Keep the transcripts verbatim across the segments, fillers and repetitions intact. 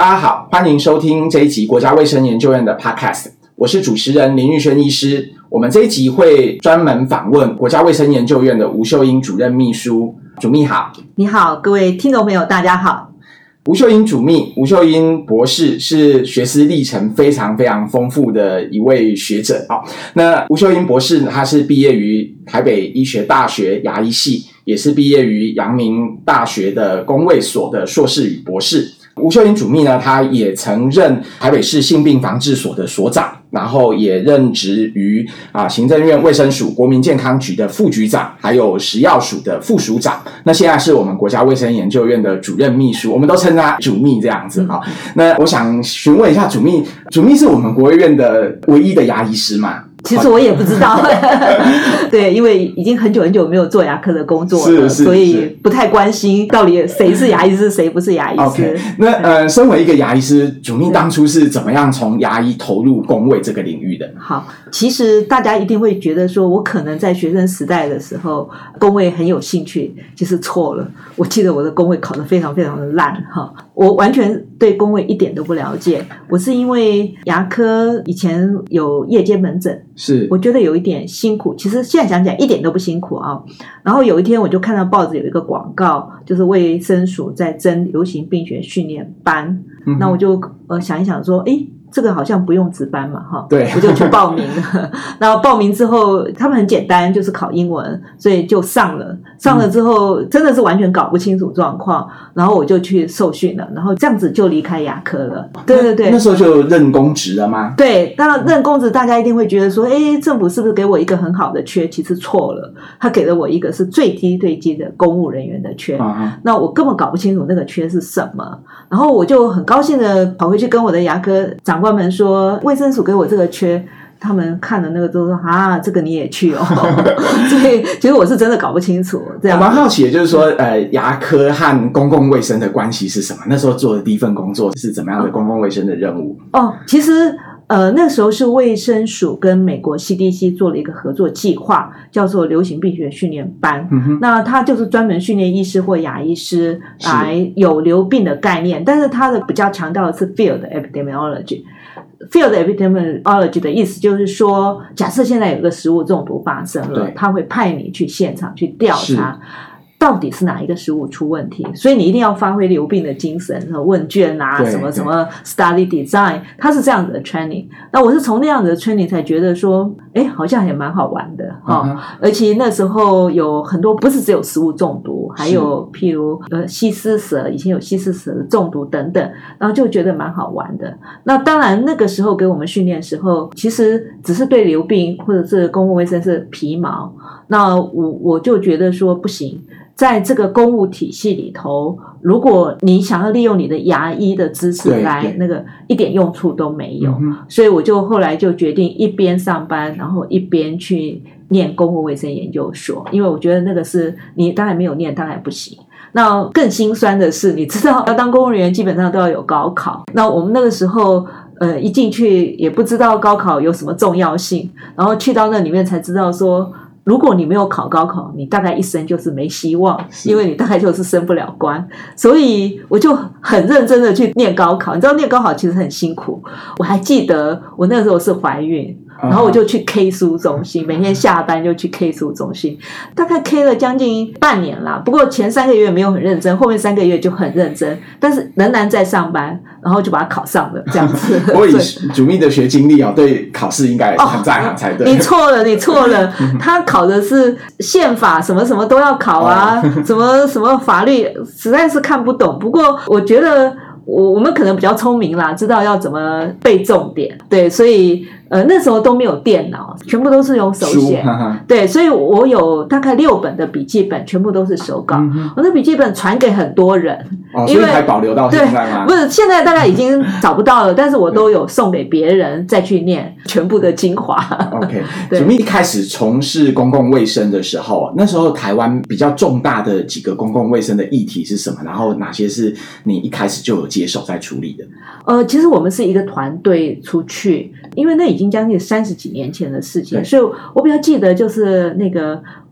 大家好，欢迎收听这一集国家卫生研究院的 Podcast， 我是主持人林玉轩医师。我们这一集会专门访问国家卫生研究院的吴秀英主任秘书。主秘好。 你好，各位听众朋友大家好。 吴秀英主秘，吴秀英博士是学识历程非常非常丰富的一位学者。好，那吴秀英博士他是毕业于台北医学大学牙医系，也是毕业于阳明大学的公卫所的硕士与博士。吴秀英主秘呢，他也曾任台北市性病防治所的所长，然后也任职于啊行政院卫生署国民健康局的副局长，还有食药署的副署长。那现在是我们国家卫生研究院的主任秘书，我们都称他主秘这样子哈、嗯。那我想询问一下主秘，主秘是我们国卫院的唯一的牙医师吗？ 其实我也不知道对，因为已经很久很久没有做牙科的工作了， 是是是， 所以不太关心到底谁是牙医师谁不是牙医师。 OK， 那呃，身为一个牙医师，主秘当初是怎么样从牙医投入公卫这个领域的？ 好，其实大家一定会觉得说我可能在学生时代的时候公卫很有兴趣，其实错了。我记得我的公卫考得非常非常的烂哈，我完全对公卫一点都不了解。我是因为牙科以前有夜间门诊， 是我觉得有一点辛苦，其实现在想起来一点都不辛苦啊。然后有一天我就看到报纸有一个广告，就是卫生署在征流行病学训练班、嗯、那我就呃想一想说诶这个好像不用值班嘛哈， 对， 我就去报名了。然后报名之后他们很简单，就是考英文，所以就上了上了之后、嗯、真的是完全搞不清楚状况，然后我就去受训了，然后这样子就离开牙科了。对对对， 那时候就任公职了吗？ 对，当然任公职大家一定会觉得说诶政府是不是给我一个很好的缺？其实错了，他给了我一个是最低最低的公务人员的缺、啊、那我根本搞不清楚那个缺是什么，然后我就很高兴的跑回去跟我的牙科长官们说卫生署给我这个缺，他们看了那个都说啊这个你也去哦所以其实我是真的搞不清楚这样。 我蛮好奇的就是说呃，牙科和公共卫生的关系是什么？那时候做的第一份工作是怎么样的公共卫生的任务？ 哦，其实呃，那时候是卫生署跟美国 C D C 做了一个合作计划，叫做流行病学训练班、嗯、那它就是专门训练医师或牙医师来有流病的概念，但是它的比较强调的是 field epidemiology。 field epidemiology 的意思就是说，假设现在有个食物中毒发生了，他会派你去现场去调查到底是哪一个食物出问题，所以你一定要发挥流病的精神，问卷啊，什么什么 study design， 它是这样子的 training。 那我是从那样子的 training 才觉得说诶好像也蛮好玩的、哦嗯、而且那时候有很多不是只有食物中毒，还有譬如呃西施蛇，以前有西施蛇的中毒等等，然后就觉得蛮好玩的。那当然那个时候给我们训练的时候，其实只是对流病或者是公共卫生是皮毛，那我我就觉得说不行，在这个公务体系里头，如果你想要利用你的牙医的知识来那个，一点用处都没有、嗯、所以我就后来就决定一边上班然后一边去念公共卫生研究所，因为我觉得那个是你当然没有念当然不行。那更心酸的是，你知道要当公务人员基本上都要有高考，那我们那个时候呃，一进去也不知道高考有什么重要性，然后去到那里面才知道说如果你没有考高考，你大概一生就是没希望，因为你大概就是升不了官。所以我就很认真的去念高考，你知道念高考其实很辛苦。我还记得我那个时候是怀孕，然后我就去 K 书中心，每天下班就去 K 书中心，大概 K 了将近半年啦。不过前三个月没有很认真，后面三个月就很认真，但是仍然在上班，然后就把它考上了这样子我以主秘的学经历哦，对考试应该很在行才对、哦、 你错了你错了他考的是宪法，什么什么都要考啊、哦、什么什么法律实在是看不懂。不过我觉得我我们可能比较聪明啦，知道要怎么背重点，对，所以呃那时候都没有电脑，全部都是用手写， 哈哈对，所以我有大概六本的笔记本，全部都是手稿、嗯、我的笔记本传给很多人， 哦，所以还保留到现在吗？ 不是，现在大概已经找不到了，但是我都有送给别人再去念全部的精华。 OK， 主秘一开始从事公共卫生的时候，那时候台湾比较重大的几个公共卫生的议题是什么？然后哪些是你一开始就有接手在处理的？ 呃，其实我们是一个团队出去，因为那已经将近三十几年前的事情，所以我比较记得就是那个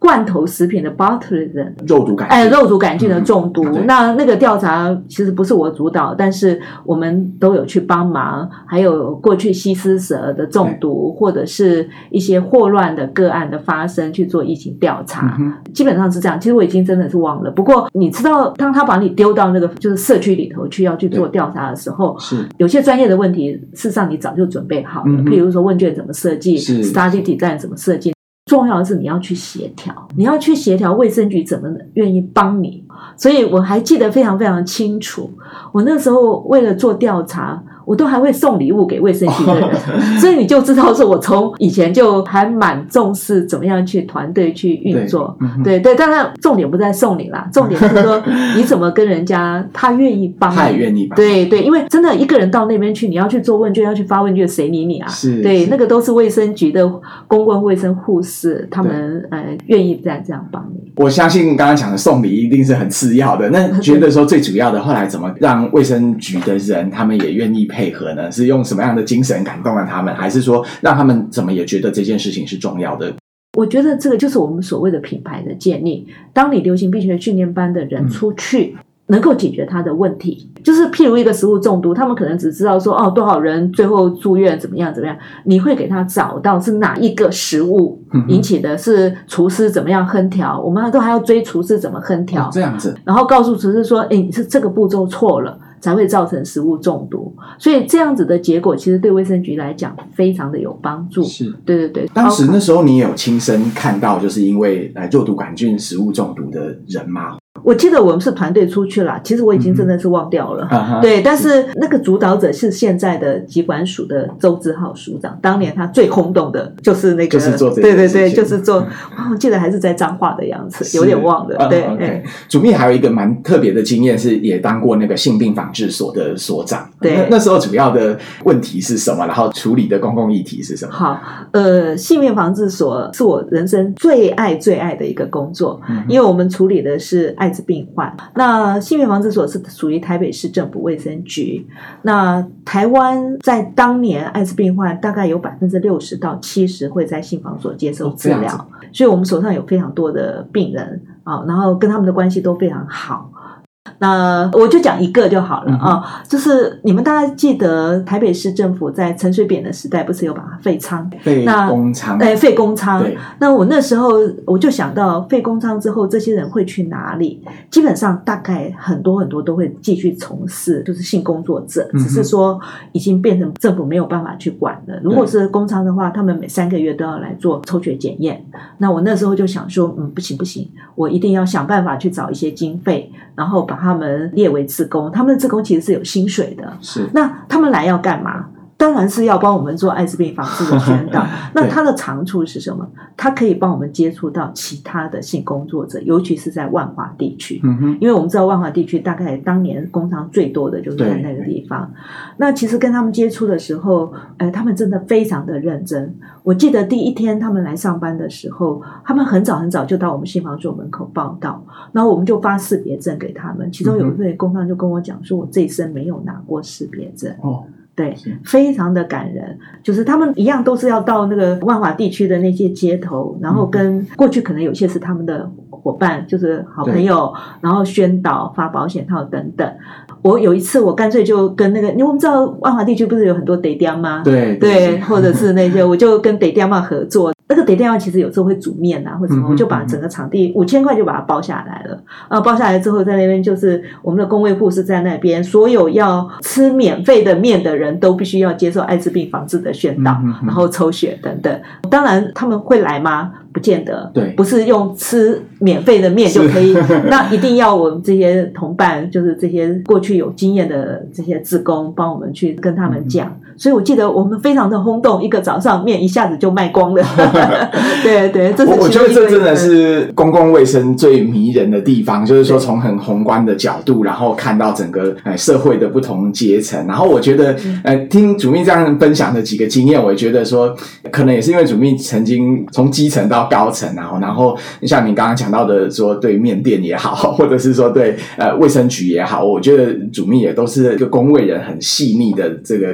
罐头食品的 botulism 肉毒杆菌， 哎，肉毒杆菌的中毒。 嗯、 那那个调查其实不是我主导，但是我们都有去帮忙，还有过去西施蛇的中毒，或者是一些霍乱的个案的发生去做疫情调查、嗯、基本上是这样。其实我已经真的是忘了，不过你知道当他把你丢到那个就是社区里头去要去做调查的时候， 是有些专业的问题事实上你早就准备好了、嗯、譬如说问卷怎么设计， study design 怎么设计，重要的是你要去协调，你要去协调卫生局怎么愿意帮你。所以我还记得非常非常清楚，我那时候为了做调查，我都还会送礼物给卫生局的人所以你就知道说我从以前就还蛮重视怎么样去团队去运作。 对,、嗯、对对，当然重点不在送礼啦，重点是说你怎么跟人家他愿意帮你， 他也愿意帮你。 对对，因为真的一个人到那边去，你要去做问卷要去发问卷，谁理你啊？ 是， 对，那个都是卫生局的公共卫生护士他们呃愿意再这样帮你。 我相信刚刚讲的送礼一定是很次要的，那觉得说最主要的后来怎么让卫生局的人他们也愿意配合呢？是用什么样的精神感动了他们，还是说让他们怎么也觉得这件事情是重要的？ 我觉得这个就是我们所谓的品牌的建立。当你流行病学训练班的人出去、嗯能够解决他的问题，就是譬如一个食物中毒，他们可能只知道说哦多少人最后住院怎么样怎么样，你会给他找到是哪一个食物引起的，是厨师怎么样烹调，我们都还要追厨师怎么烹调、 哦、这样子， 然后告诉厨师说诶，你是这个步骤错了才会造成食物中毒。所以这样子的结果其实对卫生局来讲非常的有帮助。 是， 对对对。 当时那时候你也有亲身看到就是因为肉毒杆菌食物中毒的人吗？ 我记得我们是团队出去啦，其实我已经真的是忘掉了、嗯、对，但是那个主导者是现在的疾管署的周志浩署长，当年他最轰动的就是那个就是做这对对对，就是做我记得还是在彰化的样子，有点忘了、嗯、对、 okay 主秘还有一个蛮特别的经验是也当过那个性病防治所的所长， 对， 那, 那时候主要的问题是什么，然后处理的公共议题是什么？ 好，呃，性病防治所是我人生最爱最爱的一个工作、嗯、因为我们处理的是艾滋病患。那性病防治所是属于台北市政府卫生局，那台湾在当年艾滋病患大概有 百分之六十到七十 会在性防所接受治疗、哦、所以我们手上有非常多的病人、啊、然后跟他们的关系都非常好。那我就讲一个就好了啊、嗯，就是你们大家记得台北市政府在陈水扁的时代不是有把它废仓， 废公仓， 对，废公仓。那我那时候我就想到废公仓之后这些人会去哪里，基本上大概很多很多都会继续从事就是性工作者、嗯、只是说已经变成政府没有办法去管了。如果是公仓的话，他们每三个月都要来做抽血检验。那我那时候就想说嗯，不行不行，我一定要想办法去找一些经费，然后把他们列为志工。他们的志工其实是有薪水的， 是， 那他们来要干嘛？当然是要帮我们做艾滋病防治的宣导那它的长处是什么？它可以帮我们接触到其他的性工作者，尤其是在万华地区、嗯、因为我们知道万华地区大概当年工厂最多的就是在那个地方。那其实跟他们接触的时候、呃、他们真的非常的认真。我记得第一天他们来上班的时候，他们很早很早就到我们性防所门口报到，然后我们就发识别证给他们。其中有一位工厂就跟我讲说，我这一生没有拿过识别证哦，对，非常的感人。就是他们一样都是要到那个万华地区的那些街头，然后跟过去可能有些是他们的伙伴，就是好朋友，然后宣导发保险套等等。我有一次我干脆就跟那个，因为我们知道万华地区不是有很多地店吗？对 对, 对，或者是那些我就跟地店嘛合作。那个地店其实有时候会煮面啊或者什么、嗯、我就把整个场地五千块就把它包下来了啊，包下来之后在那边就是我们的公卫护士在那边，所有要吃免费的面的人都必须要接受艾滋病防治的宣导、嗯、然后抽血等等。当然他们会来吗？不见得，对，不是用吃免费的面就可以那一定要我们这些同伴，就是这些过去有经验的这些志工帮我们去跟他们讲、嗯、所以我记得我们非常的轰动，一个早上面一下子就卖光了对对，这是我觉得这真的是公共卫生最迷人的地方，就是说从很宏观的角度，然后看到整个、呃、社会的不同阶层。然后我觉得呃，听主秘这样分享的几个经验，我觉得说可能也是因为主秘曾经从基层到高层啊，然后像你刚刚讲到的说对面店也好，或者是说对呃卫生局也好，我觉得主秘也都是一个公卫人很细腻的这个各个面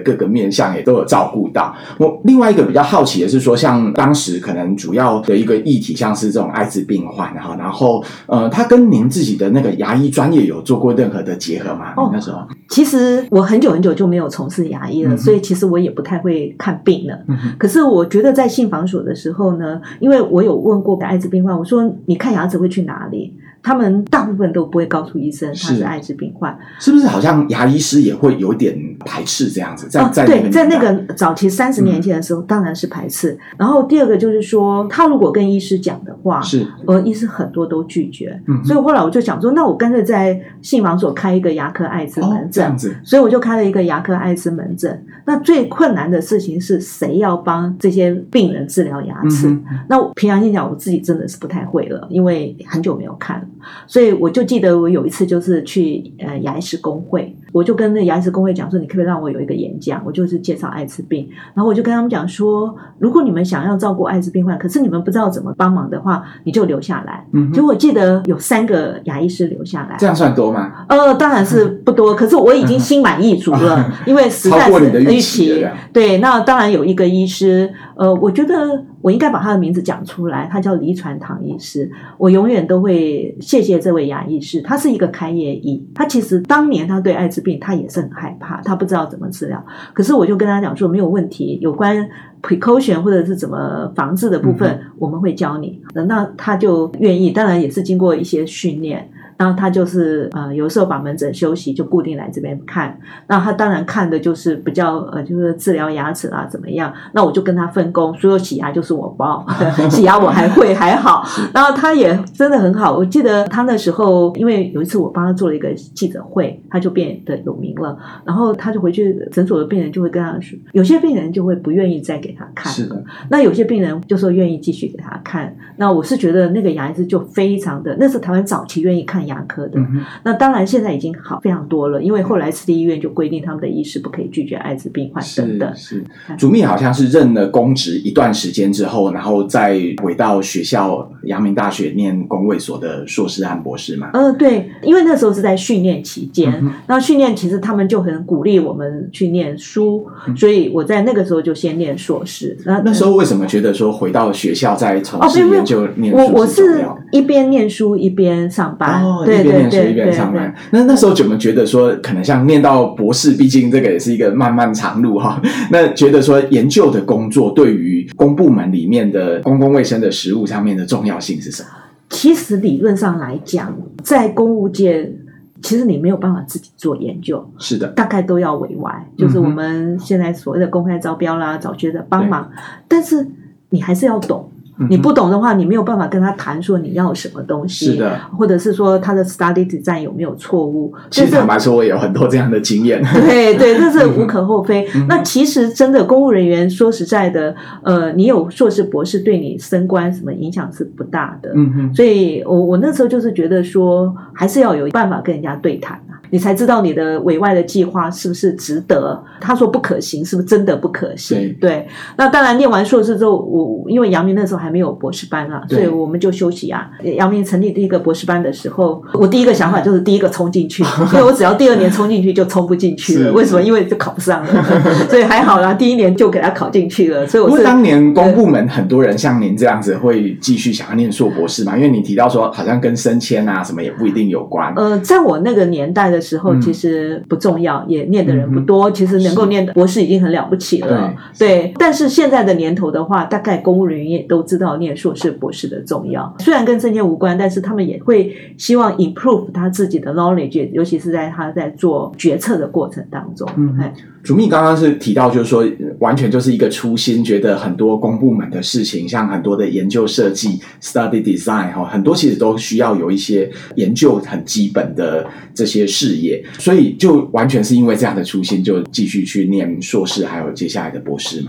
面向也都有照顾到。我另外一个比较好奇的是说，像当时可能主要的一个议题像是这种艾滋病患，然后呃，他跟您自己的那个牙医专业有做过任何的结合吗？哦，那时候其实我很久很久就没有从事牙医了，嗯、所以其实我也不太会看病了。嗯、可是我觉得在信访所的时候呢，因为我有问过艾滋病患，我说你看牙齿会去哪里？他们大部分都不会告诉医生他是艾滋病患， 是不是？好像牙医师也会有点排斥这样子，在、 哦、 在对，在那个早期三十年前的时候，嗯、当然是排斥。然后第二个就是说，他如果跟医师讲的话， 是呃，医师很多都拒绝。嗯，所以后来我就想说，那我干脆在信访所开一个牙科艾滋门诊，哦、 这样子。 所以我就开了一个牙科艾滋门诊。那最困难的事情是谁要帮这些病人治疗牙齿？嗯、那我平常心讲，我自己真的是不太会了，因为很久没有看了，所以我就记得我有一次就是去呃牙医师公会，我就跟那牙医师公会讲说，你可不可以让我有一个演讲，我就是介绍艾滋病，然后我就跟他们讲说，如果你们想要照顾艾滋病患，可是你们不知道怎么帮忙的话，你就留下来。嗯，结果我记得有三个牙医师留下来， 这样算多吗？ 呃，当然是不多，可是我已经心满意足了，因为实在是预期。对，那当然有一个医师，呃，我觉得我应该把他的名字讲出来，他叫黎传堂医师，我永远都会谢谢这位牙医师，他是一个开业医，他其实当年他对艾滋病他也是很害怕，他不知道怎么治疗，可是我就跟他讲说没有问题，有关 precaution 或者是怎么防治的部分、嗯、我们会教你，那他就愿意，当然也是经过一些训练，然后他就是呃有时候把门诊休息就固定来这边看，那他当然看的就是比较呃就是治疗牙齿啦怎么样，那我就跟他分工，所有洗牙就是我包洗牙我还会还好，然后他也真的很好，我记得他那时候因为有一次我帮他做了一个记者会，他就变得有名了，然后他就回去诊所的病人就会跟他说，有些病人就会不愿意再给他看， 是的， 那有些病人就说愿意继续给他看，那我是觉得那个牙医师就非常的，那是台湾早期愿意看牙科的、嗯、那当然现在已经好非常多了，因为后来私立医院就规定他们的医师不可以拒绝艾滋病患等等。 是是，主秘好像是任了公职一段时间之后，然后再回到学校阳明大学念公卫所的硕士和博士嘛。 呃，对，因为那时候是在训练期间、嗯、那训练其实他们就很鼓励我们去念书、嗯、所以我在那个时候就先念硕士。那那时候为什么觉得说回到学校再从事研究念书、 哦、我我是一边念书一边上班、 哦、对对对对，一边上班。那那时候怎么觉得说可能像念到博士，毕竟这个也是一个漫漫长路哈。那觉得说研究的工作对于公部门里面的公共卫生的实务上面的重要性是什么？ 其实理论上来讲，在公务界其实你没有办法自己做研究， 是的， 大概都要委外，就是我们现在所谓的公开招标啦，找学者帮忙，但是你还是要懂。你不懂的话，你没有办法跟他谈说你要什么东西， 是的， 或者是说他的 study design 有没有错误。 其实坦白说，我也有很多这样的经验。 对对，这是无可厚非。嗯、那其实真的公务人员，说实在的，呃，你有硕士博士对你升官什么影响是不大的。嗯哼，所以我我那时候就是觉得说，还是要有办法跟人家对谈啊，你才知道你的委外的计划是不是值得。他说不可行，是不是真的不可行？对。对，那当然念完硕士之后，我因为阳明那时候还没有博士班啊，所以我们就休息啊。阳明成立第一个博士班的时候，我第一个想法就是第一个冲进去，因为我只要第二年冲进去就冲不进去了。为什么？因为就考不上了，所以还好啦，第一年就给他考进去了。所以我是， 不过当年公部门很多人像您这样子会继续想要念硕博士嘛？因为你提到说好像跟升迁啊什么也不一定有关。 呃，在我那个年代的时候，其实不重要，嗯、也念的人不多，嗯、其实能够念博士已经很了不起了。对，对，但是现在的年头的话，大概公务人员也都知道念硕士博士的重要，虽然跟升迁无关，但是他们也会希望 improve 他自己的 knowledge， 尤其是在他在做决策的过程当中。嗯， 主秘刚刚是提到就是说完全就是一个初心，觉得很多公部门的事情，像很多的研究设计 study design 很多其实都需要有一些研究很基本的这些事业，所以就完全是因为这样的初心就继续去念硕士还有接下来的博士嘛。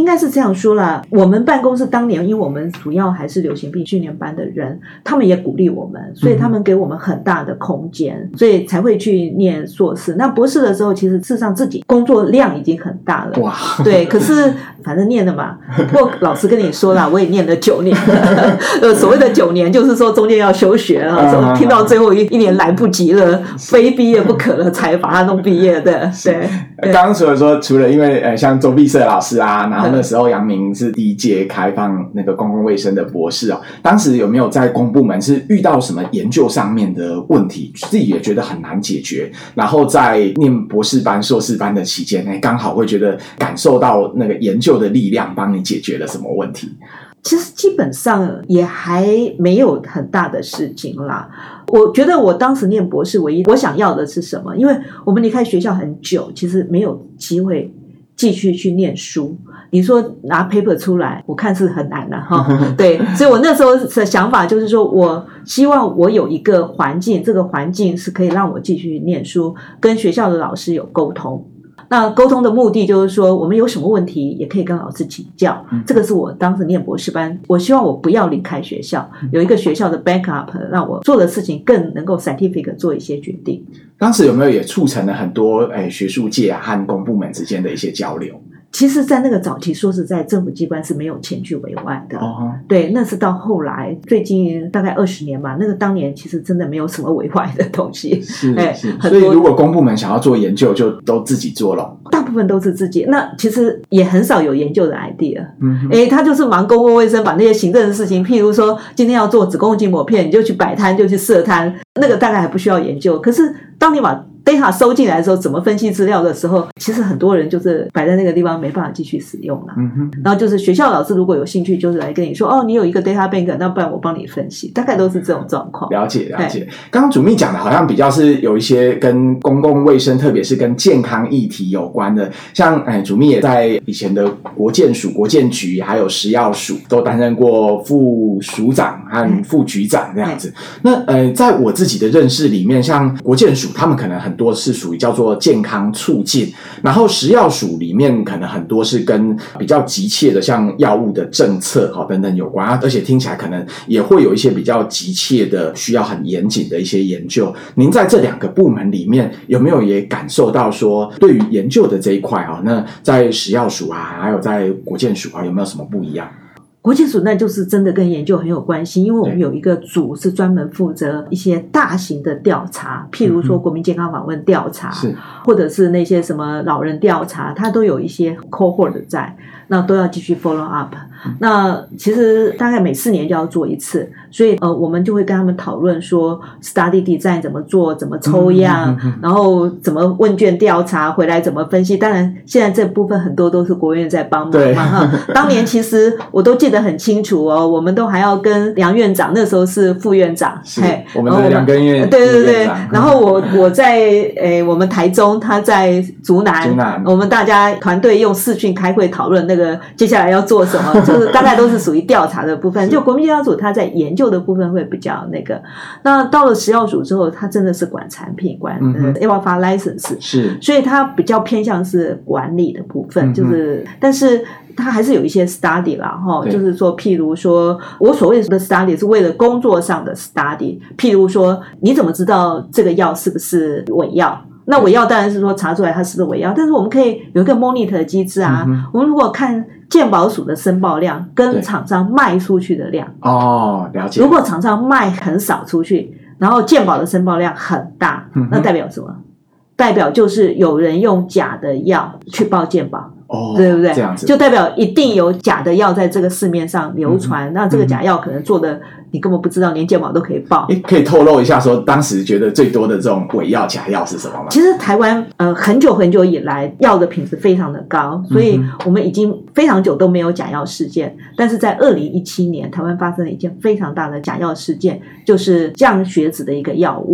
应该是这样说啦，我们办公室当年因为我们主要还是流行病训练班的人，他们也鼓励我们，所以他们给我们很大的空间、嗯、所以才会去念硕士。那博士的时候其实事实上自己工作量已经很大了，哇，对，可是反正念了嘛，不过老师跟你说啦，我也念了九年了呃，所谓的九年就是说中间要休学了，听到最后一一年来不及了，非毕业不可了才把它弄毕业的。对， 刚刚除了说除了因为呃像周碧社老师啊，然后那时候阳明是第一届开放那个公共卫生的博士哦，当时有没有在公部门是遇到什么研究上面的问题，自己也觉得很难解决，然后在念博士班硕士班的期间呢，刚好会觉得感受到那个研究的力量帮你解决了什么问题？ 其实基本上也还没有很大的事情啦。我觉得我当时念博士唯一我想要的是什么，因为我们离开学校很久，其实没有机会继续去念书，你说拿 paper 出来我看是很难的、啊、对，所以我那时候的想法就是说我希望我有一个环境，这个环境是可以让我继续念书，跟学校的老师有沟通，那沟通的目的就是说我们有什么问题也可以跟老师请教，这个是我当时念博士班，我希望我不要离开学校，有一个学校的 backup 让我做的事情更能够 scientific 做一些决定。 当时有没有也促成了很多、哎、学术界啊和公部门之间的一些交流？ 其实在那个早期说实在政府机关是没有钱去委外的、哦、对，那是到后来最近大概二十年吧，那个当年其实真的没有什么委外的东西， 是是，所以如果公部门想要做研究就都自己做了， 大部分都是自己，那其实也很少有研究的 idea、嗯、诶他就是忙公共卫生，把那些行政的事情，譬如说今天要做子宫颈抹片，你就去摆摊就去设摊，那个大概还不需要研究，可是当你把data 收进来的时候，怎么分析资料的时候，其实很多人就是摆在那个地方没办法继续使用了、嗯、然后就是学校老师如果有兴趣就是来跟你说，哦，你有一个 data bank， 那不然我帮你分析，大概都是这种状况。 了解了解。刚刚主秘讲的好像比较是有一些跟公共卫生特别是跟健康议题有关的，像、哎、主秘也在以前的国健署国健局还有食药署都担任过副署长和副局长这样子、嗯、那、呃、在我自己的认识里面，像国健署他们可能很多是属于叫做健康促进，然后食药署里面可能很多是跟比较急切的像药物的政策等等有关、啊、而且听起来可能也会有一些比较急切的需要很严谨的一些研究。您在这两个部门里面有没有也感受到说对于研究的这一块、啊、那在食药署啊还有在国健署啊有没有什么不一样？ 国健署那就是真的跟研究很有关系，因为我们有一个组是专门负责一些大型的调查，譬如说国民健康访问调查、嗯、或者是那些什么老人调查，它都有一些 cohort 在，那都要继续 follow up、嗯、那其实大概每四年就要做一次，所以呃，我们就会跟他们讨论说 study design 怎么做，怎么抽样、嗯嗯嗯、然后怎么问卷调查回来怎么分析，当然现在这部分很多都是国务院在帮忙嘛。当年其实我都记得很清楚哦，我们都还要跟梁院长，那时候是副院长， 是我们的梁根院， 对对对，然后我我在诶我们台中，他在竹南，竹南我们大家团队用视讯开会讨论那个接下来要做什么，就是大概都是属于调查的部分，就国民健康组他在研究的部分会比较那个，那到了食药署之后，他真的是管产品，管、嗯、要发 license， 是，所以他比较偏向是管理的部分，嗯、就是但是他还是有一些 study 啦齁，就是说譬如说我所谓的 study 是为了工作上的 study， 譬如说你怎么知道这个药是不是伪药，那伪药当然是说查出来它是不是伪药，但是我们可以有一个 monitor 的机制啊、嗯、我们如果看健保署的申报量跟厂商卖出去的量， 哦，了解， 如果厂商卖很少出去，然后健保的申报量很大、嗯、那代表什么？代表就是有人用假的药去报健保，哦，对不对？这样子就代表一定有假的药在这个市面上流传、嗯、那这个假药可能做的你根本不知道，连健保都可以报。 可以透露一下说当时觉得最多的这种伪药假药是什么吗？ 其实台湾呃很久很久以来药的品质非常的高，所以我们已经非常久都没有假药事件，但是在二零一七年台湾发生了一件非常大的假药事件，就是降血脂的一个药物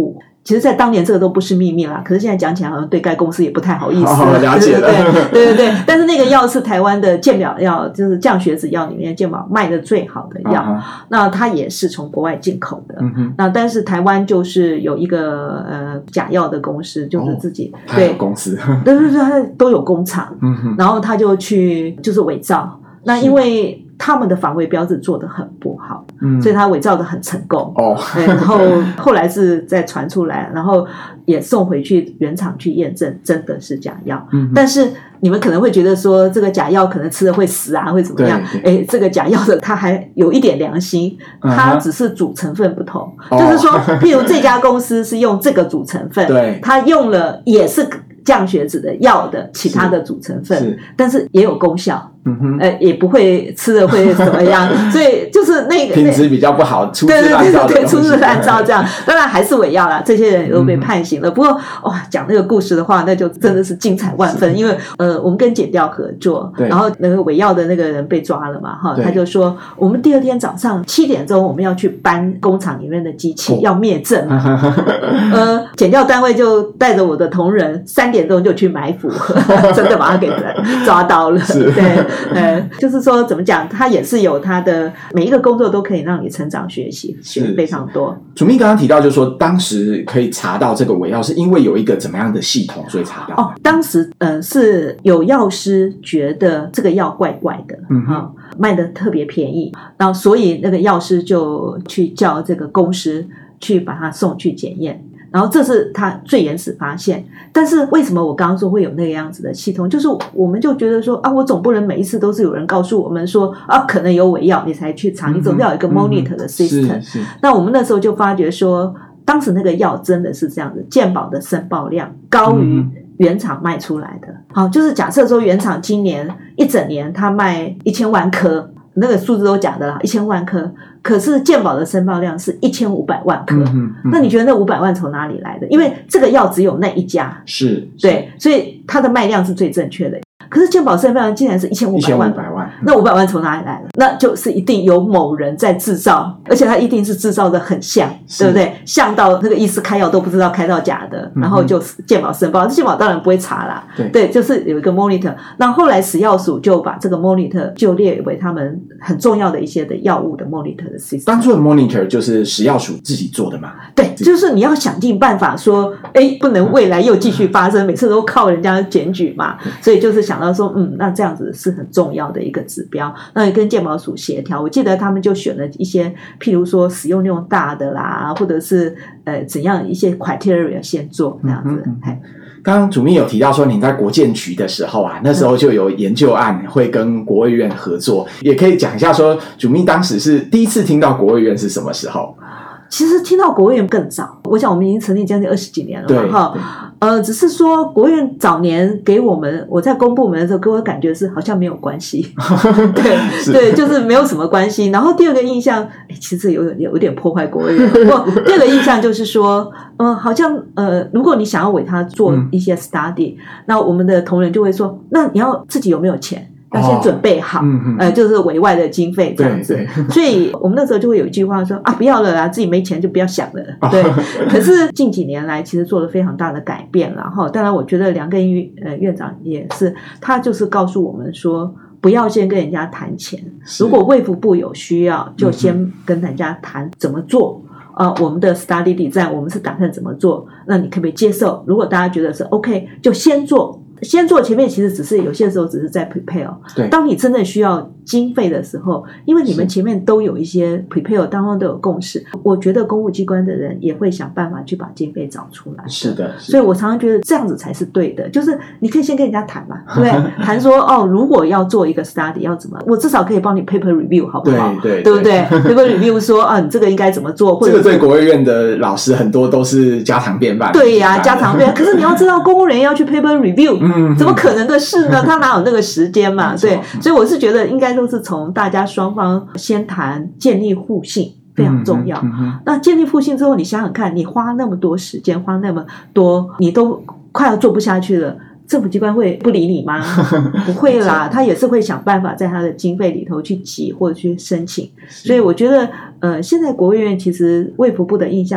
其实在当年这个都不是秘密啦，可是现在讲起来好像对该公司也不太好意思了。 哦，了解了， 对对 对, 对, 对, 对但是那个药是台湾的健保药，就是降血脂药里面健保卖的最好的药、uh-huh. 那它也是从国外进口的、uh-huh. 那但是台湾就是有一个呃假药的公司，就是自己、哦、 对公司对对对，它都有工厂、 uh-huh. 然后他就去就是伪造，那因为他们的防伪标志做得很不好、嗯、所以他伪造得很成功、哦、然后后来是再传出来，然后也送回去原厂去验证真的是假药、嗯、但是你们可能会觉得说这个假药可能吃了会死啊会怎么样，诶这个假药的它还有一点良心，它只是主成分不同、嗯、就是说譬如这家公司是用这个主成分，对，它用了也是降血脂的药的其他的主成分，是但是也有功效，嗯哼，呃，也不会吃了会怎么样，所以就是那个品质比较不好，粗制滥造的东西，对对对， 粗制滥造这样，当然还是伪药啦，这些人也都被判刑了。嗯、不过哇，讲那个故事的话，那就真的是精彩万分，因为呃，我们跟检调合作，然后那个伪药的那个人被抓了嘛，哈，他就说我们第二天早上七点钟我们要去搬工厂里面的机器，哦、要灭证嘛，呃，检调单位就带着我的同仁三点钟就去埋伏，真的把他给抓到了，对。呃，就是说怎么讲，他也是有他的每一个工作都可以让你成长学习，学非常多。 主秘刚刚提到就是说当时可以查到这个伪药是因为有一个怎么样的系统所以查到哦，当时呃是有药师觉得这个药怪怪的，嗯哼、哦、卖的特别便宜，然后所以那个药师就去叫这个公司去把它送去检验，然后这是他最原始发现。但是为什么我刚刚说会有那个样子的系统，就是我们就觉得说啊，我总不能每一次都是有人告诉我们说啊可能有伪药你才去查，你总要有一个 monitor 的 system、嗯嗯、那我们那时候就发觉说当时那个药真的是这样子，健保的申报量高于原厂卖出来的、嗯、好，就是假设说原厂今年一整年它卖一千万颗，那个数字都假的啦，一千万颗，可是健保的申报量是一千五百万颗、嗯嗯、那你觉得那五百万从哪里来的？因为这个药只有那一家， 是， 对，所以它的卖量是最正确的。可是健保申报量竟然是一千五百万，那五百万从哪里来的？那就是一定有某人在制造，而且他一定是制造的很像，对不对？像到那个医师开药都不知道开到假的，然后就健保申报，健保当然不会查啦，对，对，就是有一个 monitor。那后来食药署就把这个 monitor 就列为他们很重要的一些的药物的 monitor 的 system。 当初的 monitor 就是食药署自己做的嘛？ 对，就是你要想尽办法说，哎，不能未来又继续发生，每次都靠人家检举嘛，所以就是想到说，嗯，那这样子是很重要的一个指标，那也跟健保署协调。我记得他们就选了一些，譬如说使用量大的啦，或者是呃怎样一些 criteria 先做这样子。嗯嗯， 刚刚主秘有提到说你在国健局的时候啊，那时候就有研究案会跟国卫院合作，也可以讲一下说主秘当时是第一次听到国卫院是什么时候？ 其实听到国卫院更早，我想我们已经成立将近二十几年了嘛，哈，呃，只是说国卫院早年给我们，我在公部门的时候给我感觉是好像没有关系，对对，就是没有什么关系。然后第二个印象，哎，其实有有有点破坏国卫院。不过第二个印象就是说，嗯、呃，好像呃，如果你想要为他做一些 study，、嗯、那我们的同仁就会说，那你要自己有没有钱？要先准备好、哦嗯、呃，就是委外的经费这样子，所以我们那时候就会有一句话说啊，不要了啦，自己没钱就不要想了，对。可是近几年来其实做了非常大的改变，然后当然我觉得梁根一呃院长也是，他就是告诉我们说不要先跟人家谈钱，如果卫福部有需要就先跟人家谈怎么做、嗯呃、我们的 study design 我们是打算怎么做，那你可不可以接受，如果大家觉得是 OK 就先做，先做前面其实只是有些时候只是在 prepare， 对，当你真的需要经费的时候，因为你们前面都有一些 prepare 当中都有共识，我觉得公务机关的人也会想办法去把经费找出来， 是的，是的， 所以我常常觉得这样子才是对的，就是你可以先跟人家谈嘛，对不对？谈说哦，如果要做一个 study 要怎么，我至少可以帮你 paper review 好不好？对对 对, 对不对？paper review 说啊，你这个应该怎么做？或者这个对国卫院的老师很多都是家常便饭， 对呀、啊，家常便饭。可是你要知道，公务人员要去 paper review，嗯，怎么可能的事呢？他哪有那个时间嘛？对，所以我是觉得应该都是从大家双方先谈，建立互信非常重要。嗯嗯、那建立互信之后，你想想看，你花那么多时间，花那么多，你都快要做不下去了。政府机关会不理你吗？不会啦，他也是会想办法在他的经费里头去挤或者去申请。所以我觉得，呃，现在国卫院其实卫福部的印象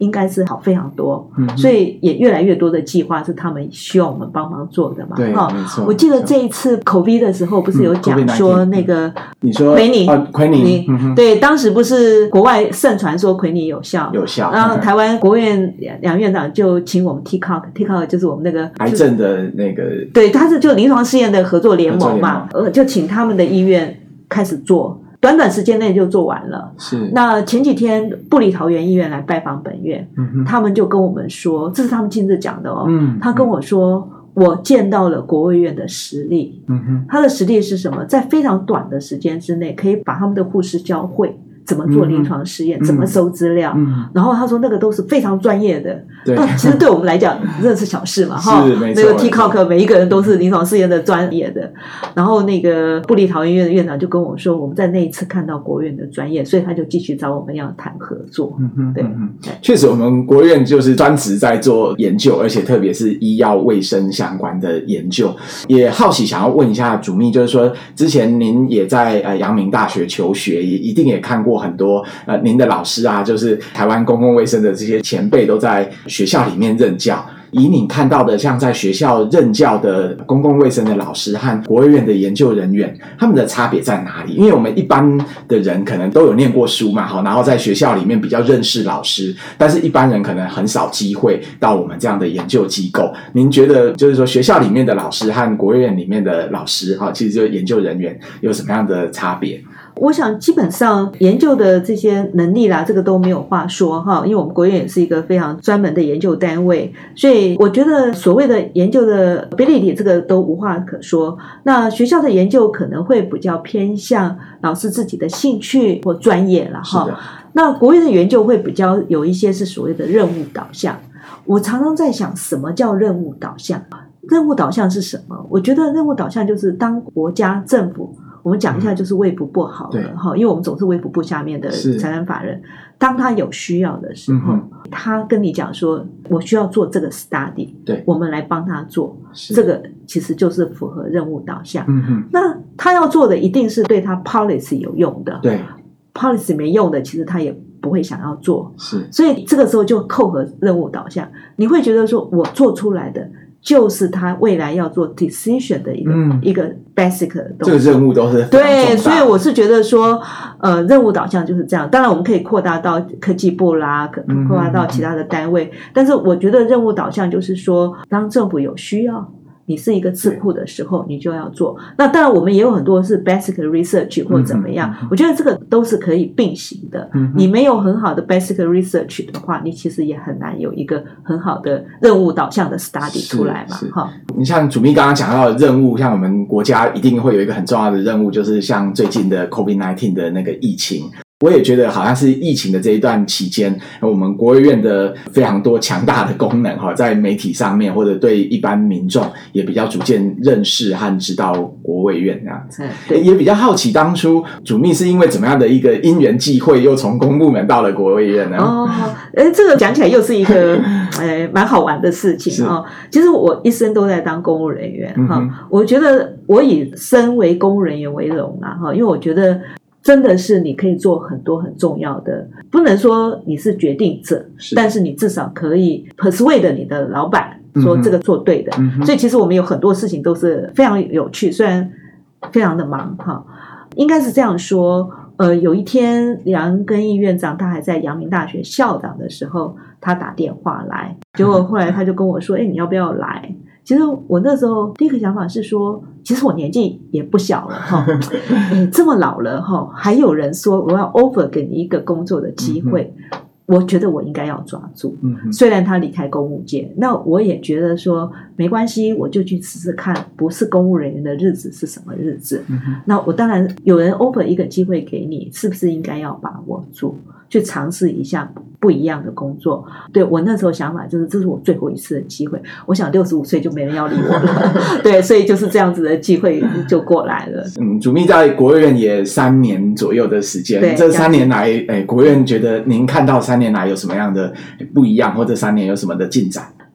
应该是好非常多， 嗯， 所以也越来越多的计划是他们需要我们帮忙做的嘛。 对， 哦， 没错。 我记得这一次 COVID 的时候，不是有讲说那个、 嗯、你说奎尼， 啊，奎尼、嗯， 对，当时不是国外盛传说奎尼有效， 有效， 然后台湾国务院杨院长就请我们 T C O C，T C O C 就是我们那个癌症的那个， 对，他是就临床试验的合作联盟嘛，呃，就请他们的医院开始做，短短时间内就做完了。 是。 那前几天部立桃园医院来拜访本院， 嗯， 他们就跟我们说，这是他们亲自讲的哦。 嗯， 他跟我说，我见到了国卫院的实力。 嗯哼， 他的实力是什么？在非常短的时间之内，可以把他们的护士教会怎么做临床试验，嗯，怎么收资料， 嗯， 然后他说那个都是非常专业的。 对， 那其实对我们来讲，真的是小事嘛，哈。 是没错。 那个 T C O C 每一个人都是临床试验的专业的。然后那个部立桃园医院的院长就跟我说，我们在那一次看到国院的专业，所以他就继续找我们要谈合作。 嗯哼， 对， 嗯，确实我们国院就是专职在做研究，而且特别是医药卫生相关的研究。也好奇想要问一下主秘，就是说之前您也在呃阳明大学求学，也一定也看过很多呃您的老师啊，就是台湾公共卫生的这些前辈都在学校里面任教。以你看到的，像在学校任教的公共卫生的老师和国卫院的研究人员，他们的差别在哪里？因为我们一般的人可能都有念过书嘛，然后在学校里面比较认识老师，但是一般人可能很少机会到我们这样的研究机构。您觉得就是说学校里面的老师和国卫院里面的老师，其实就研究人员有什么样的差别？ 我想基本上研究的这些能力啦，这个都没有话说哈，因为我们国院也是一个非常专门的研究单位，所以我觉得所谓的研究的 ability 这个都无话可说。那学校的研究可能会比较偏向老师自己的兴趣或专业啦哈。那国院的研究会比较有一些是所谓的任务导向。我常常在想，什么叫任务导向？任务导向是什么？我觉得任务导向就是当国家政府，我们讲一下就是卫福部好了哈，因为我们总是卫福部下面的财产法人，当他有需要的时候，嗯，他跟你讲说我需要做这个 study， 对， 我们来帮他做，这个其实就是符合任务导向。 嗯哼， 那他要做的一定是对他 policy 有用的， 对， policy 没用的其实他也不会想要做， 是，所以这个时候就扣合任务导向，你会觉得说我做出来的就是他未来要做 decision 的一个、嗯、一个 basic 的东西， 这个任务都是非常重大的。 对，所以我是觉得说，呃，任务导向就是这样。当然，我们可以扩大到科技部啦，可扩大到其他的单位，嗯、但是我觉得任务导向就是说，当政府有需要，你是一个智库的时候，你就要做。那当然，我们也有很多是 basic research 或怎么样，嗯嗯嗯、我觉得这个都是可以并行的。嗯、你没有很好的 basic research 的话，你其实也很难有一个很好的任务导向的 study 出来嘛。哈， 你像主秘刚刚讲到的任务，像我们国家一定会有一个很重要的任务，就是像最近的 COVID 十九 的那个疫情。我也觉得好像是疫情的这一段期间，我们国卫院的非常多强大的功能在媒体上面或者对一般民众也比较逐渐认识和知道国卫院这样子。也比较好奇当初主秘是因为怎么样的一个因缘际会又从公部门到了国卫院呢？ 哦，诶这个讲起来又是一个诶蛮好玩的事情哦。其实我一生都在当公务人员哈、嗯，我觉得我以身为公务人员为荣啊哈，因为我觉得真的是你可以做很多很重要的，不能说你是决定者，是但是你至少可以 persuade 你的老板说这个做对的、嗯、所以其实我们有很多事情都是非常有趣，虽然非常的忙哈。应该是这样说，呃，有一天梁根义院长他还在阳明大学校长的时候，他打电话来，结果后来他就跟我说，哎，你要不要来？其实我那时候第一个想法是说，其实我年纪也不小了哈，这么老了哈，还有人说我要 offer 给你一个工作的机会，嗯、我觉得我应该要抓住。嗯、虽然他离开公务界，那我也觉得说没关系，我就去试试看，不是公务人员的日子是什么日子。嗯、那我当然有人 offer 一个机会给你，是不是应该要把握住？去尝试一下不一样的工作。对，我那时候想法就是这是我最后一次的机会，我想六十五岁就没人要理我了对，所以就是这样子的机会就过来了。 嗯，主秘在国卫院也三年左右的时间，这三年来诶，国卫院觉得您看到三年来有什么样的不一样，或者三年有什么的进展？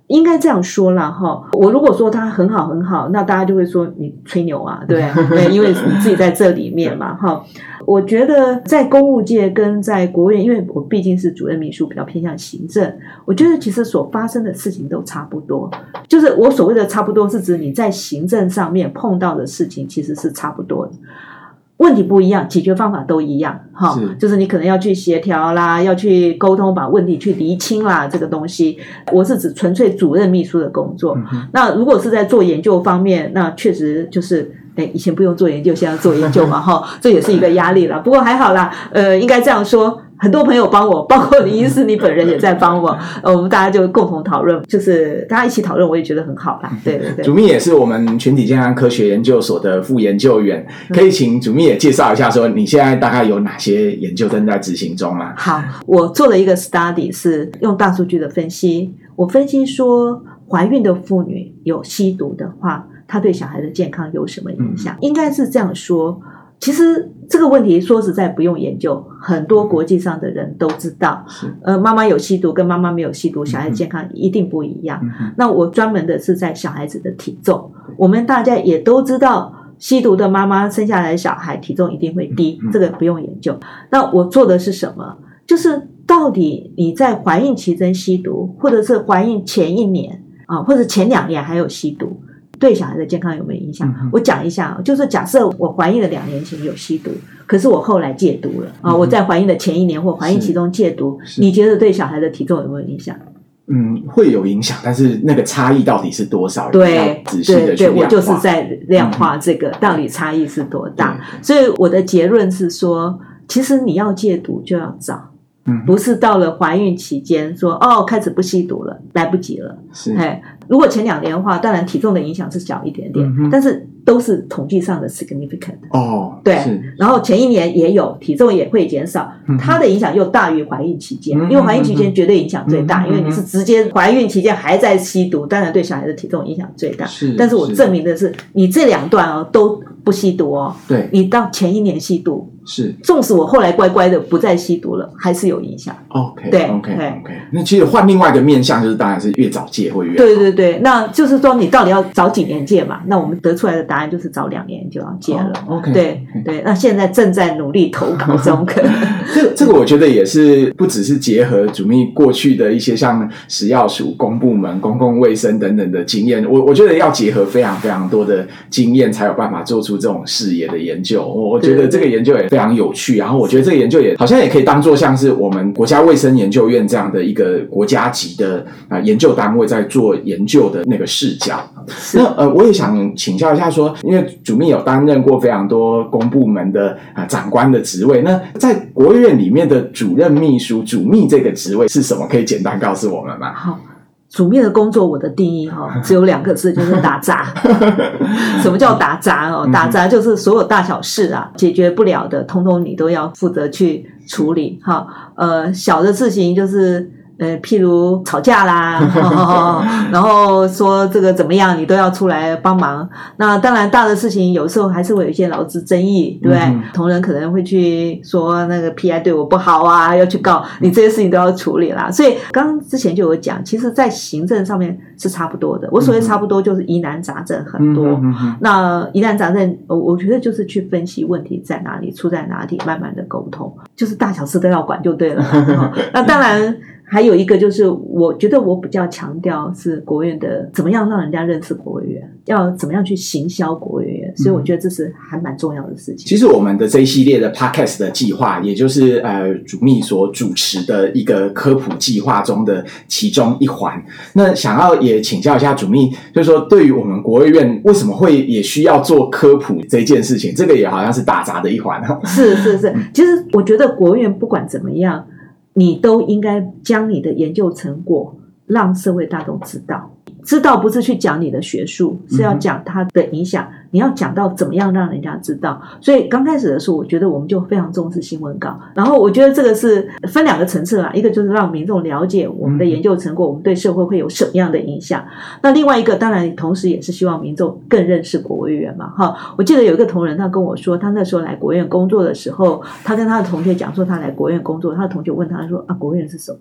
应该这样说啦哈，我如果说它很好很好，那大家就会说你吹牛啊，对不对？因为你自己在这里面嘛哈。我觉得在公务界跟在国务院，因为我毕竟是主任秘书，比较偏向行政，我觉得其实所发生的事情都差不多。就是我所谓的差不多，是指你在行政上面碰到的事情其实是差不多的。问题不一样，解决方法都一样哈，就是你可能要去协调啦，要去沟通，把问题去厘清啦，这个东西我是指纯粹主任秘书的工作。嗯、那如果是在做研究方面，那确实就是诶以前不用做研究，现在做研究嘛哈，这也是一个压力啦。不过还好啦，呃应该这样说，很多朋友帮我，包括林医师你本人也在帮我，呃，我们大家就共同讨论，就是大家一起讨论，我也觉得很好啦。对对对， 主秘也是我们全体健康科学研究所的副研究员，可以请主秘也介绍一下，说你现在大概有哪些研究正在执行中吗？ 好，我做了一个 study 是用大数据的分析，我分析说怀孕的妇女有吸毒的话，它对小孩的健康有什么影响？嗯、应该是这样说。其实这个问题说实在不用研究，很多国际上的人都知道，呃，妈妈有吸毒跟妈妈没有吸毒，小孩健康一定不一样。嗯、那我专门的是在小孩子的体重，我们大家也都知道，吸毒的妈妈生下来的小孩体重一定会低，这个不用研究。那我做的是什么？就是到底你在怀孕期间吸毒，或者是怀孕前一年啊，或者前两年还有吸毒，对小孩的健康有没有影响？嗯、我讲一下，就是假设我怀孕的两年前有吸毒，可是我后来戒毒了啊，嗯、我在怀孕的前一年或怀孕期中戒毒，你觉得对小孩的体重有没有影响？ 嗯，会有影响，但是那个差异到底是多少？ 对， 仔细的去对对，我就是在量化这个、嗯、到底差异是多大。所以我的结论是说，其实你要戒毒就要早。嗯、不是到了怀孕期间说哦开始不吸毒了，来不及了。是，哎，如果前两年的话，当然体重的影响是小一点点，嗯、但是都是统计上的 significant。哦，对，然后前一年也有体重也会减少，嗯、它的影响又大于怀孕期间，嗯、因为怀孕期间绝对影响最大，嗯、因为你是直接怀孕期间还在吸毒，当然对小孩的体重影响最大。是，但是我证明的是，你这两段哦都不吸毒哦，对，你到前一年吸毒。是，纵使我后来乖乖的不再吸毒了，还是有影响。 OK， 对 ，OK，OK，、okay, okay. 那其实换另外一个面向，就是当然是越早戒会越好。 对对对，那就是说你到底要早几年戒嘛？那我们得出来的答案就是早两年就要戒了。Oh, OK， 对对，那现在正在努力投稿中。 这个这个我觉得也是不只是结合主秘过去的一些像食药署、公部门、公共卫生等等的经验，我我觉得要结合非常非常多的经验，才有办法做出这种视野的研究。我我觉得这个研究也非常有趣，然后我觉得这个研究也好像也可以当作像是我们国家卫生研究院这样的一个国家级的啊、呃、研究单位在做研究的那个视角。那呃，我也想请教一下说，因为主秘有担任过非常多公部门的啊、呃、长官的职位，那在国务院里面的主任秘书、主秘这个职位是什么？可以简单告诉我们吗？ 好。主秘的工作我的定义哈、哦、只有两个字，就是打杂。什么叫打杂哦？打杂就是所有大小事啊，解决不了的，通通你都要负责去处理哈。呃，小的事情就是呃，譬如吵架啦，哦、然后说这个怎么样，你都要出来帮忙。那当然，大的事情有时候还是会有一些劳资争议，对不对？嗯、同仁可能会去说那个 P I 对我不好啊，要去告你，这些事情都要处理啦。所以刚刚之前就有讲，其实在行政上面是差不多的。我所谓差不多，就是疑难杂症很多。嗯、那疑难杂症，我觉得就是去分析问题在哪里，出在哪里，慢慢的沟通，就是大小事都要管就对了。那当然。还有一个就是，我觉得我比较强调是国务院的怎么样让人家认识国务院，要怎么样去行销国务院，所以我觉得这是还蛮重要的事情。 其实我们的这一系列的 podcast 的计划，也就是呃主秘所主持的一个科普计划中的其中一环。那想要也请教一下主秘，就是说对于我们国务院为什么会也需要做科普这件事情，这个也好像是打杂的一环。 是是是，其实我觉得国务院不管怎么样。你都应该将你的研究成果让社会大众知道，知道不是去讲你的学术，是要讲它的影响，你要讲到怎么样让人家知道。所以刚开始的时候，我觉得我们就非常重视新闻稿，然后我觉得这个是分两个层次啦，一个就是让民众了解我们的研究成果，我们对社会会有什么样的影响。那另外一个当然同时也是希望民众更认识国务院嘛。哈，我记得有一个同仁他跟我说，他那时候来国务院工作的时候，他跟他的同学讲说他来国务院工作，他的同学问他说啊，国务院是什么？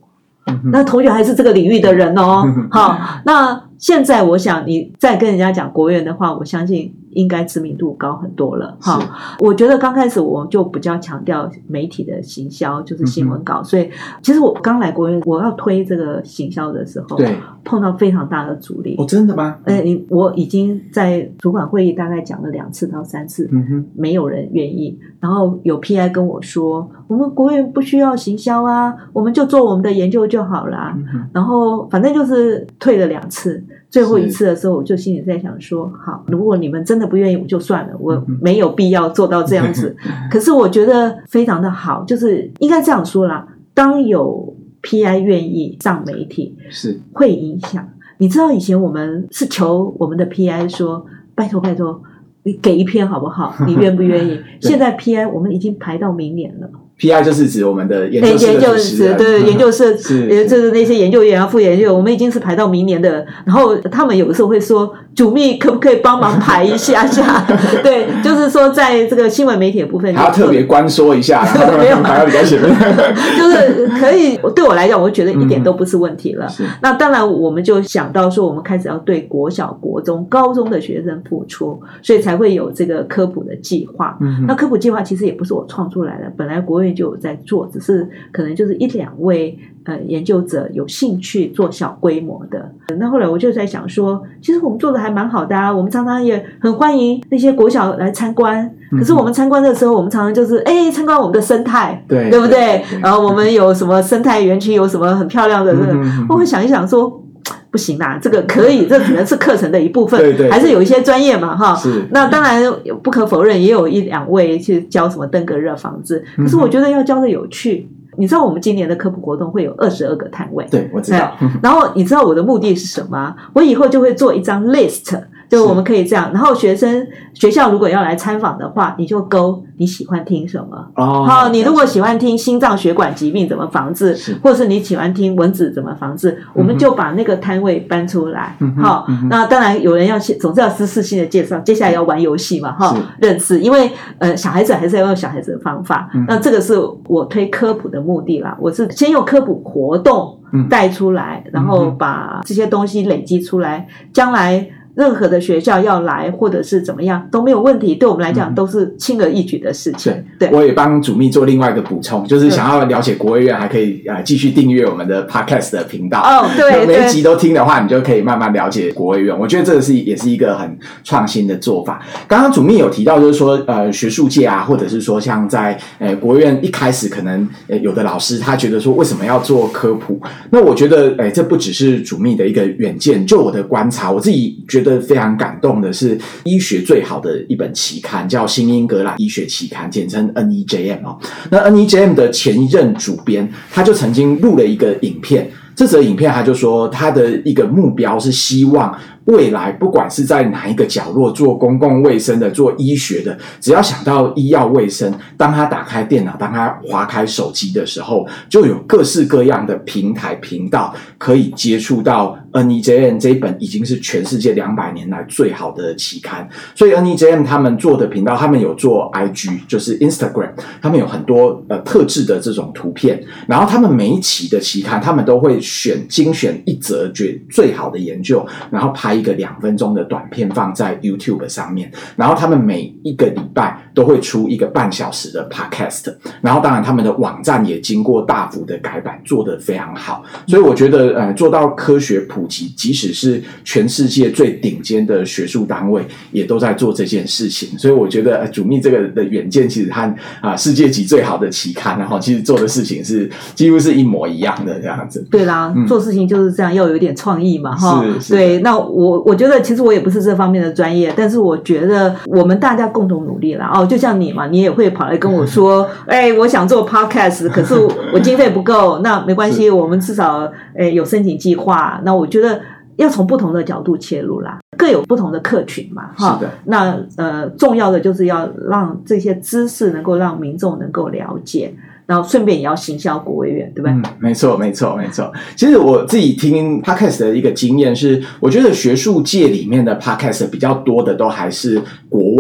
嗯、那同学还是这个领域的人哦。好，那现在我想你再跟人家讲国务院的话，我相信应该知名度高很多了。好，我觉得刚开始我就比较强调媒体的行销，就是新闻稿、嗯、所以其实我刚来国务院我要推这个行销的时候，对，碰到非常大的阻力。 哦，真的吗？ 呃，我已经在主管会议大概讲了两次到三次、嗯、哼，没有人愿意。然后有 P I 跟我说，我们国务院不需要行销啊，我们就做我们的研究就好啦、嗯、然后反正就是退了两次，最后一次的时候我就心里在想说，好，如果你们真的不愿意我就算了，我没有必要做到这样子、嗯、可是我觉得非常的好，就是应该这样说啦，当有 P I 愿意上媒体是会影响。你知道以前我们是求我们的 P I 说拜托拜托你给一篇好不好，你愿不愿意现在 P I 我们已经排到明年了。 P I 就是指我们的研究室的主持人， 对，研究室就是那些研究员啊、副研究员，我们已经是排到明年的。然后他们有的时候会说，主秘可不可以帮忙排一下下？对，就是说在这个新闻媒体的部分， 还要特别关说一下， 没有排到比较前面， 就是可以。对我来讲，我觉得一点都不是问题了。嗯、那当然，我们就想到说，我们开始要对国小、国中、高中的学生付出，所以才会有这个科普的计划。嗯、那科普计划其实也不是我创出来的，本来国就有在做，只是可能就是一两位呃研究者有兴趣做小规模的。那后来我就在想说，其实我们做的还蛮好的啊，我们常常也很欢迎那些国小来参观。可是我们参观的时候，我们常常就是哎参观我们的生态，对对不对？对对，然后我们有什么生态园区，有什么很漂亮的这个，嗯、我会想一想说。不行啦，这个可以，这只能是课程的一部分，对对对，还是有一些专业嘛，哈。是。那当然不可否认，也有一两位去教什么登革热防治，可是我觉得要教的有趣。嗯、你知道我们今年的科普活动会有二十二个摊位， 对，我知道。 然后你知道我的目的是什么？我以后就会做一张 list。就我们可以这样，然后学生学校如果要来参访的话，你就勾你喜欢听什么哦。好，你如果喜欢听心脏血管疾病怎么防治，或是你喜欢听蚊子怎么防治，我们就把那个摊位搬出来。嗯、好，嗯、那当然有人要总是要知识性的介绍，接下来要玩游戏嘛，哈，认识，因为呃小孩子还是要用小孩子的方法。嗯、那这个是我推科普的目的啦，我是先用科普活动带出来，嗯、然后把这些东西累积出来，将来。任何的学校要来或者是怎么样都没有问题，对我们来讲都是轻而易举的事情。嗯、对， 我也帮主秘做另外一个补充，就是想要了解国卫院，还可以呃继续订阅我们的 podcast 的频道。哦，对，每一集都听的话，你就可以慢慢了解国卫院。我觉得这个是也是一个很创新的做法。刚刚主秘有提到，就是说呃学术界啊，或者是说像在呃国卫院一开始可能呃有的老师他觉得说为什么要做科普？那我觉得呃这不只是主秘的一个远见，就我的观察，我自己觉得。觉得非常感动的是医学最好的一本期刊叫新英格兰医学期刊，简称 N E J M 哦。那 N E J M 的前一任主编他就曾经录了一个影片，这则影片他就说他的一个目标是希望未来不管是在哪一个角落做公共卫生的做医学的，只要想到医药卫生，当他打开电脑当他滑开手机的时候，就有各式各样的平台频道可以接触到 N E J M 这一本已经是全世界两百年来最好的期刊。所以 N E J M 他们做的频道，他们有做 I G 就是 Instagram， 他们有很多呃特制的这种图片，然后他们每一期的期刊他们都会选精选一则觉最好的研究，然后拍一个两分钟的短片放在 YouTube 上面，然后他们每一个礼拜都会出一个半小时的 Podcast， 然后当然他们的网站也经过大幅的改版，做得非常好。所以我觉得呃做到科学普及，即使是全世界最顶尖的学术单位也都在做这件事情。所以我觉得呃主秘这个的远见其实和啊、呃、世界级最好的期刊，然后其实做的事情是几乎是一模一样的这样子。 对啦、嗯、做事情就是这样，要有点创意嘛哈。对，那我我觉得其实我也不是这方面的专业，但是我觉得我们大家共同努力啦。哦，就像你嘛，你也会跑来跟我说哎，我想做 podcast 可是我经费不够，那没关系，我们至少哎有申请计划。那我觉得要从不同的角度切入啦，各有不同的客群嘛哈。是的。那呃重要的就是要让这些知识能够让民众能够了解，然后顺便也要行销国卫院，对不对？ 嗯，没错，没错，没错。其实我自己听 podcast 的一个经验是，我觉得学术界里面的 podcast 比较多的都还是国外。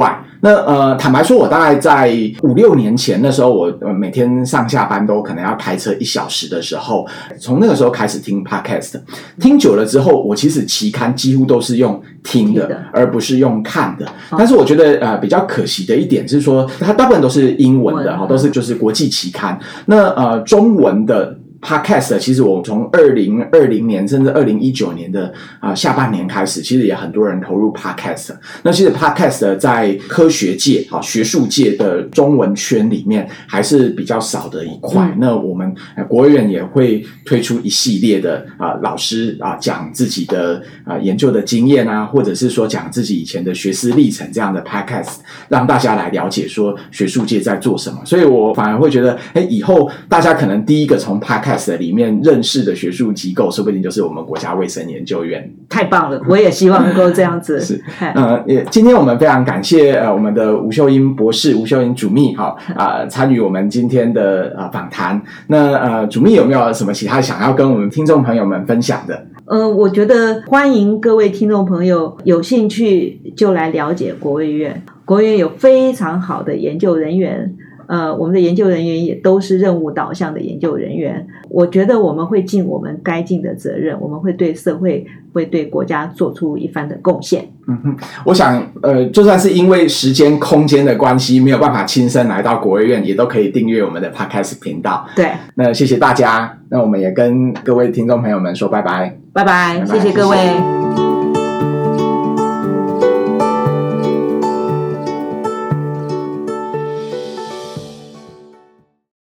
那呃，坦白说，我大概在五六年前那时候我，我、呃、每天上下班都可能要开车一小时的时候，从那个时候开始听 podcast， 听久了之后，我其实期刊几乎都是用听的，的而不是用看的。哦、但是我觉得呃比较可惜的一点是说，它大部分都是英文的哈，都是就是国际期刊。那呃中文的Podcast 其实我从二零二零年甚至二零一九年的啊、呃、下半年开始，其实也很多人投入 Podcast。那其实 Podcast 在科学界啊、学术界的中文圈里面还是比较少的一块。嗯、那我们、呃、国卫院也会推出一系列的啊、呃、老师啊、呃、讲自己的啊、呃、研究的经验啊，或者是说讲自己以前的学思历程这样的 Podcast， 让大家来了解说学术界在做什么。所以我反而会觉得，哎，以后大家可能第一个从 Podcast里面认识的学术机构，说不定就是我们国家卫生研究院。 太棒了，我也希望能够这样子。 是，呃，也今天我们非常感谢呃我们的吴秀英博士、吴秀英主秘哈啊、呃、参与我们今天的呃访谈。那呃主秘有没有什么其他想要跟我们听众朋友们分享的？ 呃，我觉得欢迎各位听众朋友有兴趣就来了解国卫院。国卫院有非常好的研究人员。呃，我们的研究人员也都是任务导向的研究人员。我觉得我们会尽我们该尽的责任，我们会对社会、会对国家做出一番的贡献。 嗯哼，我想，呃，就算是因为时间、空间的关系，没有办法亲身来到国卫院，也都可以订阅我们的 Podcast 频道。 对， 那谢谢大家，那我们也跟各位听众朋友们说拜拜， 拜拜，拜拜，谢谢各位。谢谢。